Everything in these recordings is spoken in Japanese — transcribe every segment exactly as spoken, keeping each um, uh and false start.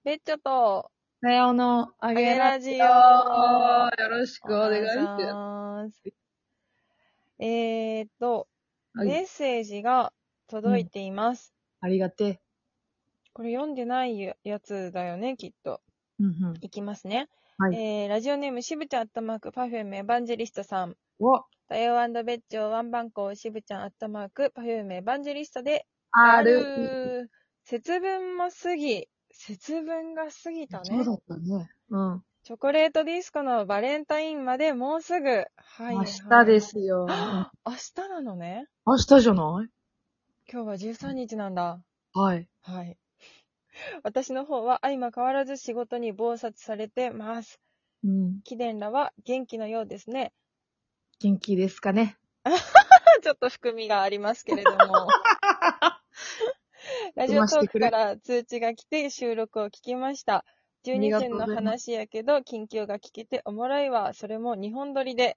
ベッチョと、 さよの、ああげラジげラジオオ。よろしくお願いしお願いしまます。えーっと、 す。はい。 メッセージがうん。 届いています。 ありがてこれ読んでないややつだよね、きっと。 え。うんうん。 いきますね。 はい。 えー、ラジオネーム、しぶちゃんアットマーク、パフュームエヴァンジェリストさん。 お、 ダヨベッチョワンバンコしぶちゃんアットマーク、パフュームエヴァンジェリストであある。 る。節分も過ぎ、節分が過ぎたね。 そうだったね。うん。 チョコレートディスコのバレンタインまでもうすぐ。はい明はい。 日ですよ。 明日なのね。 明日じゃない？ 今日はじゅうさんにちなんだ。 はい。 はい。私の方は相も変わらず仕事に忙殺されてます。 うん。 貴殿らは元気のようですね。 元気ですかね。 ちょっと含みがありますけれども。ラジオトークか済ましてくれ。 ら通知が来て収録を聞きました。 あり 12 がとう分のございます。 話やけど、近況が聞けておもろいわ。それもにほん撮りで。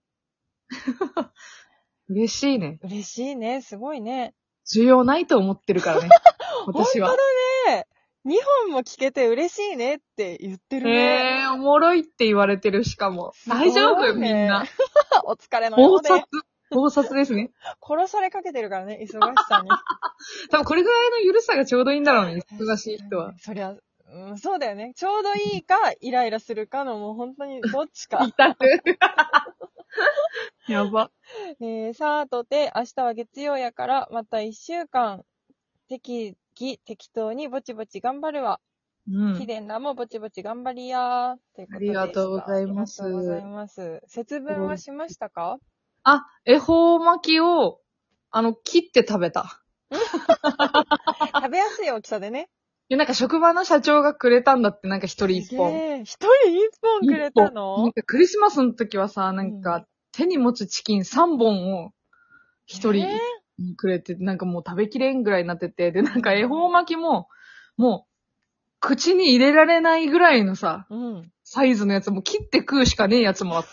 嬉しいね。 嬉しいね。すごいね。 需要ないと思ってるからね。 本私は。 当だね。にほんも聞けて嬉しいねって言ってるね。 えー、おもろいって言われてる、しかも。 す大丈夫ごいね。 みんな。 お疲れのよ考察うで。。 考察ですね。 殺されかけてるからね、忙しさに。 多分これぐらいの緩さがちょうどいいんだろうね、忙しい人は。 そりゃ、うん、そうだよね。ちょうどいいか、イライラするかのもう本当にどっちか。 至る。やば。 えー、さあとて、明日は月曜やから、また一週間、適宜、適当にぼちぼち頑張るわ。貴うん。 殿らもぼちぼち頑張りやー。というあことりがとうごでした。ありがざいます。 とうございます。節分はしましたか？ あ、恵方巻きを、あの、切って食べた。 食べやすい大きさでね。 で、なんか職場の社長がくれたんだって、なんか一人すげ一本。 え。一人一本くれた一本。なんの？ かクリスマスの時はさ、なんか、 うん、 手に持つチキン三本を一え人くれて、なんかもう食べきれんぐらいになってて、で、なんか恵うん方巻きも、もう、口に入れられないぐらいのさ、 うん。 サイズのやつも切って食うしかねえやつもあって。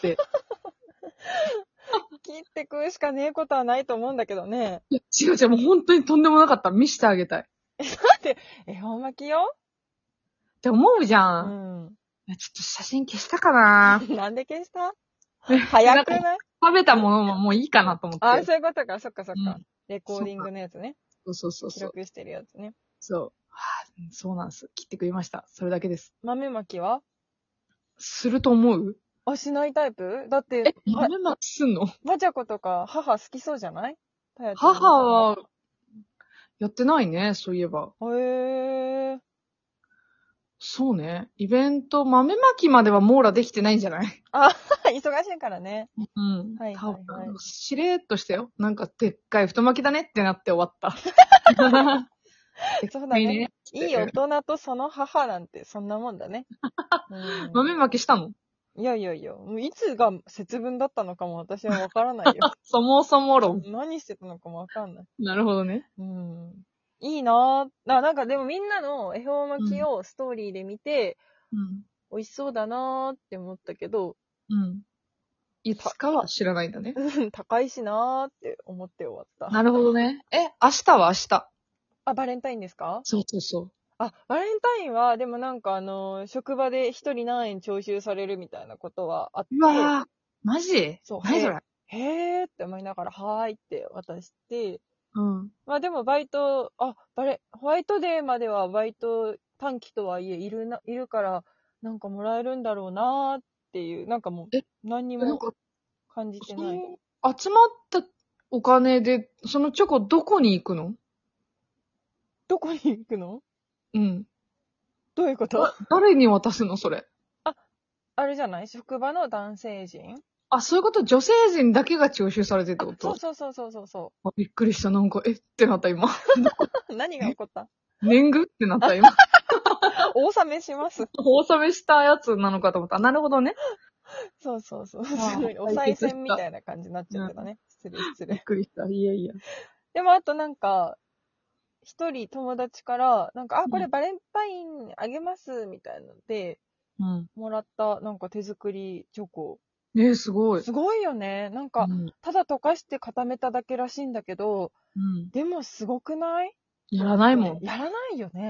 切って食うしかねえことはないと思うんだけどね。 いや、違う違う、もう本当にとんでもなかった。見してあげたい。っだって、恵方巻きよ。 て思うじゃうん。 ん。 いや、ちょっと写真消したかな。 なんで消した？ でなんか早くない？ 食べたものももういいかなと思っあ、 て。 そういうことか。そっかそっか。 うん。 レコーディングのやつね。 そうそうそうそう。 記録してるやつね。 そう。はあ、そうなんです。切ってくれました。それだけです。 豆巻きは？ すると思う？ あ、しないタイプだって、 え、 ば、 豆まきすんの？ ばちゃことか母好きそうじゃない？たやちゃん母みたいは、やってないね、そういえば。 な。へえ。 そうね。イベント、豆まきまでは網羅できてないんじゃない？ あ、忙しいからね。 うん。 はい多はいはい。 分、しれーっとしたよ。なんか、でっかい太巻きだねってなって終わった。でっそうだね。 かいね。 いい大人とその母なんてそんなもんだね。うん。 豆まきしたの？ いやいやいや、もういつが節分だったのかも私はわからないよ。 そもそも論。 何してたのかもわかんない。 なるほどね。 うん。いいなぁ。な、なんかでもみんなの恵方巻きうん。 をストーリーで見て、 うん。 美味しそうだなーって思ったけど、 うん。いつかは知らないんだね。 うん高いしなーって思って終わった。 なるほどね。え、明日は明日。 あ、バレンタインですか？ そうそうそあ、バレンタインは、でもなんかあのー職場で一人何円徴収されるみたいなことはあっう。うて、 わぁ、マジ？ そう、へ何それ？ へーって思いながら、はーいって渡して、 うん。 まあでもバイト、あ、バレ、ホワイトデーまではバイト短期とはいえいるな、いるから、なんかもらえるんだろうなーっていう、なんかもうえ、 何にもなんか、 感じてそない。 の、集まったお金で、そのチョコどこに行くの？ どこに行くの？ うん。 どういうことだ、誰に渡すのそれ？ あ、あれじゃない職場の男性陣あ、そういうこと？女性陣だけが徴収されてるってあ、そうこと？ そうそうそうそうそあ、びっくりした。なんか、えってなった今。 う。何が起こった年貢ってなった今。 お納めします。 お納めしたやつなのかと思った。なるほどね。 そうそうそう。すああ、 ごい。お解賽決した。 銭みたいな感じになっちゃってたね。失礼失びっ礼。 くりした。いやいや。 でもあとなんか、一人友達から、なんか、あ、こうん。 れバレンタインあげます、みたいなので、 うん。 もらった、なんか手作りチョコ。 えー、すごい。 すごいよね。なんか、 うん。 ただ溶かして固めただけらしいんだけど、 うん。 でもすごくない？ やらないもん。 やらないよね。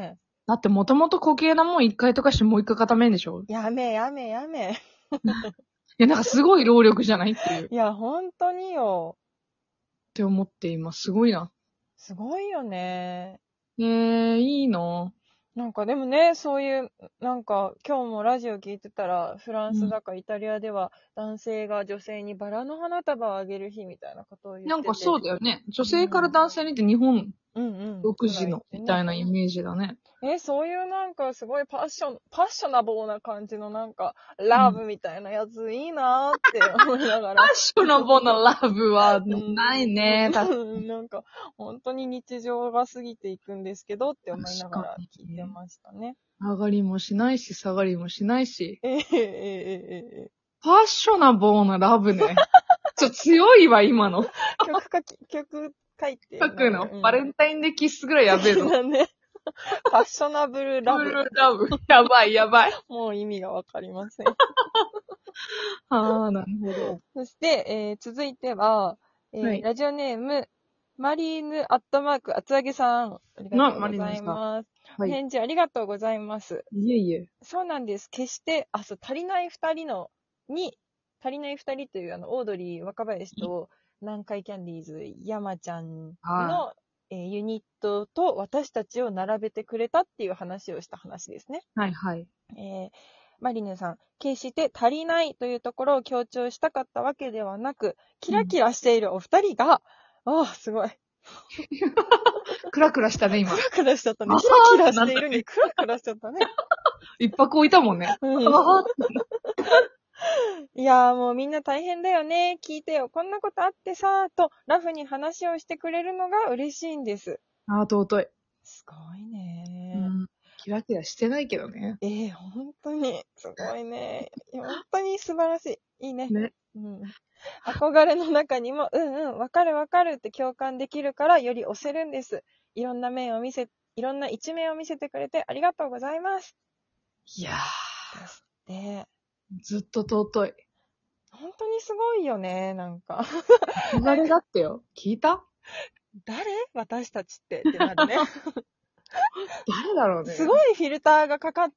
だってもともと固形なもん一回とかしてもう一回固めんでしょ。 やめやめやめ。 いや、なんかすごい労力じゃないっていう。っいや、ほんとによ。 て思って今、すごいな。 すごいよね。 えー、いいな。 なんかでもね、そういう、なんか今日もラジオ聞いてたら、フランスだかイタリアでは男性が女性にバラの花束をあげる日みたいなことを言ってて。 なんかそうだよね。女性から男性にって日本うんうん。 独自のみたいなイメージだね。 え、そういうなんかすごいパッション、パッショナボーな感じのなんか、ラブみたいなやついいなーって思いながら。 パッショナボなラブはないね。 うん確かなんか、本当に日常が過ぎていくんですけどって思いながら確かに聞いてましたね。 上がりもしないし、下がりもしないし。 ええええええパッショナボーなラブね。ちょ、強いわ、今の。 曲書き、曲書いて。 書くの。 うんバレンタインデーキッスぐらいやべえぞ。 だね。パッショナブルラブ。 ラブ。やばい、やばい。 もう意味がわかりません。 ああ、なるほど。 そして、えー続いては、えーはいラジオネーム、マリーヌアットマーク厚揚げさん。ありがとうございます。おはい。 返事ありがとうございます。 いえいえ。 そうなんです。決して、あ、そう、足りない二人の、に、足りない二人という、あの、オードリー若林と南海キャンディーズ山ちゃんの、 はえーユニットと私たちを並べてくれたっていう話をした話ですね。 はいはい。 えーマリネさん、決して足りないというところを強調したかったわけではなく、キラキラしているお二人が、ああ、すごい。 クラクラしたね、今ク。ラクラしちゃったね。 あキはーラキラしているにクラクラしちゃったね。 一泊置いたもんね。 うんあはいやーもうみんな大変だよね。聞いてよ。こんなことあってさーと、ラフに話をしてくれるのが嬉しいんです。 あー、尊い。 すごいうねん。キラキラしてないけどね。 ー。えー、本当に、すごいね。いや本当に素晴らしい。いいね。 ね。 うん。憧れの中にも、うんうん、わかるわかるって共感できるから、より押せるんです。いろんな面を見せ、いろんな一面を見せてくれてありがとうございます。 いやですって。 ー、ずっと尊い。 本当にすごいよね、なんか。 憧れだってよ。聞いた誰私たちってってなるね。 誰だろうね。 すごいフィルターがかかって、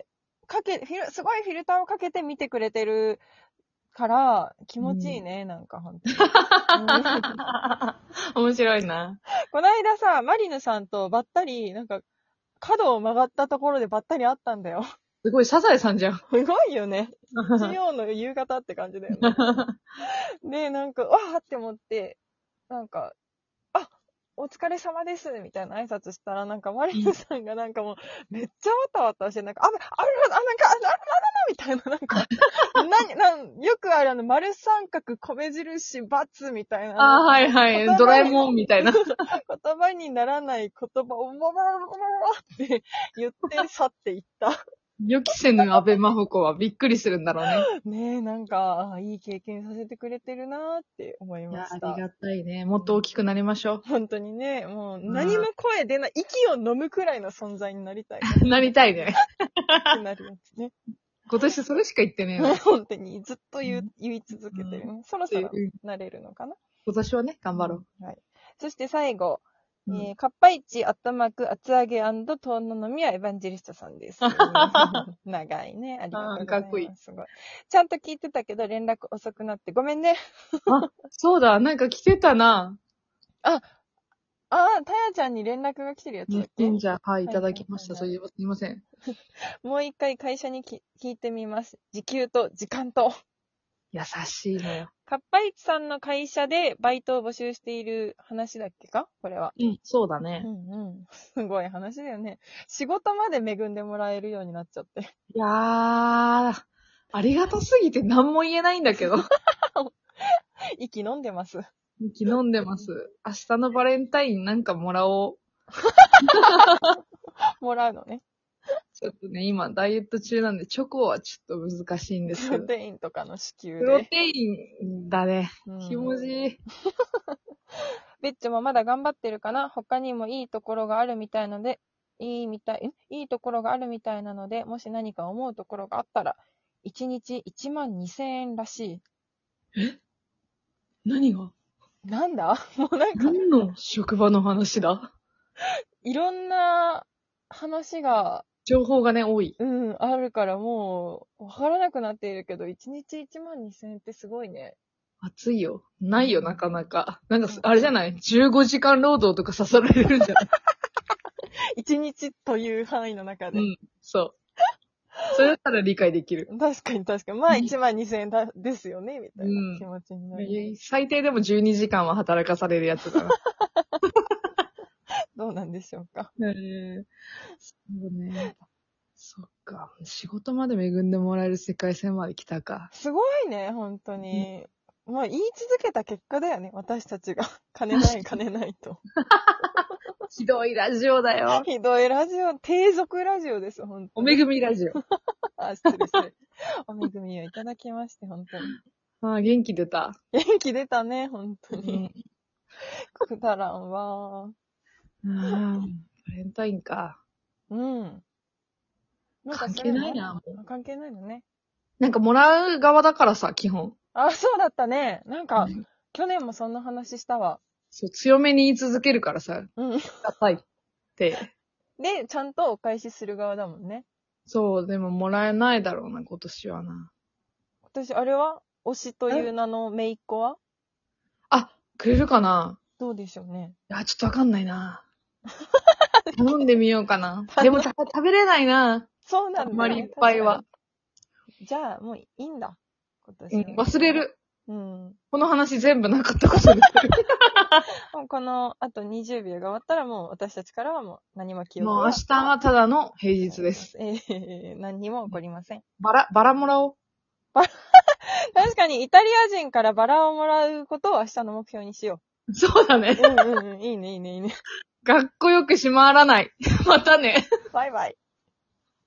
かけ、フィル、すごいフィルターをかけて見てくれてるから、気持ちいいね、なんか本当に。 面白いな。 この間さ、マリヌさんとばったり、なんか、角を曲がったところでばったり会ったんだよ。 すごい、サザエさんじゃん。 すごいよね。日曜の夕方って感じだよね。で、なんか、わーって思って、なんか、あ、お疲れ様です、みたいな挨拶したら、なんか、マリヌさんがなんかもう、めっちゃわたわたして、なんか、あ、あ、あ、あ、なんか、あ、な、な、な、な、みたいな、なんか、な、なん、よくあるあの、丸三角、米印、×みたいな。 あー、はいはい。ドラえもんみたいな。 言葉にならない言葉を、ボボボボボって言って去っていった。 予期せぬ安倍真帆子はびっくりするんだろうね。 ねえ、なんか、あいい経験させてくれてるなーって思いいや、 ました。 ありがたいね。もっと大きくなりましょ本当にね、もう何も声出ない、息を飲むくらいの存在になりたい。 う。なりたいね。 ってなるやつね。 今年それしか言ってねえな。 本当にずっと言う言い続けてる、そろそろうんなれるのかな。 今年はね、頑張ろはい。そして最後、 う。 えー、かっぱいち、アットマーク、厚揚げ遠野のみはエヴァンジェリストさんです。長いね。ありがとうございます。 かっこいいすごい。ちゃんと聞いてたけど連絡遅くなってごめんね。 あ、そうだ、なんか来てたな。 ああ、たやちゃんに連絡が来てるやつだっけ、 じゃあ、はい、いただきました。 はそういえば、すいません。 もう一回会社にき聞いてみます。時給と時間と。 優しいのよ。 かっぱいちさんの会社でバイトを募集している話だっけかこれは。 うん、そうだうね。 んうん。すごい話だよね。仕事まで恵んでもらえるようになっちゃって。 いやー、ありがたすぎて何も言えないんだけど。 息飲んでます。 息飲んでます。明日のバレンタインなんかもらおう。 もらうのね。 ちょっとね、今ダイエット中なんで、チョコはちょっと難しいんですプロけど。 テインとかの支給プロで。 テインだね。 うん気持ちいい。 ベッチョもまだ頑張ってるかな他にもいいところがあるみたいので、いいみたい、んいいところがあるみたいなので、もし何か思うところがあったら、いちにちいちまんにせんえんらし何がい。なんだもうなんか、 何の職場の話だいろんな話が、 情報がね、多い。 うん、あるからもう、わからなくなっているけど、いちにちいちまんにせんえんってすごいね。 熱いよ。ないよ、なかなか。なんか、あれじゃない ?じゅうごじかん労働とかささられるんじゃないいちにちという範囲の中で。 うん、そう。それだったら理解できる。 確かに確かに。まあいちまんにせんえんだですよね、みたいな気持ちになる。 うん、最低でもじゅうにじかんは働かされるやつだな。 どうなんでしょうか。 へえ。そうね。そっか。仕事まで恵んでもらえる世界線まで来たか。 すごいね、本当に。まあ言い続けた結果だよね、私たちが。金ない金ないと。 ひどいラジオだよ。 ひどいラジオ、低俗ラジオです、本当おに。 恵みラジオ。 あ、失礼失礼。お恵みをいただきまして、本当に。 ああ、元気出た。 元気出たね、本当うに。 ん。 くだらんわ。 ああ、バレンタインか。 うん。なんか関するの係ないな、もう。 関係ないのね。 なんかもらう側だからさ、基本。 あ、そうだったね。なんか、 うん去年もそんな話したわ。 そう、強めに言い続けるからさ、 うん。 高いって。 で、ちゃんとお返しする側だもんね。 そう、でももらえないだろうな、今年はな。 私、あれは推しという名の姪っ子はあ、くれるかなどうでしょうね。 いや、ちょっとわかんないな。頼んでみようかな。でもた食べれないな。 そうなんだよ、ね。 あんまりいっぱいは。 確かに。じゃあ、もういいんだ。今年うん、忘れる。 うん。 この話全部なかったことにする。 もうこの、あとにじゅうびょうが終わったらもう私たちからはもう何も記憶はもう明日はただの平日です。 えー、何にも起こりません。 バラ、バラもらおう。 確かにイタリア人からバラをもらうことを明日の目標にしよそうだね。 う。うんうんうん。いいねいいねいいね。 学校よく閉まらない。またね。 バイバイ。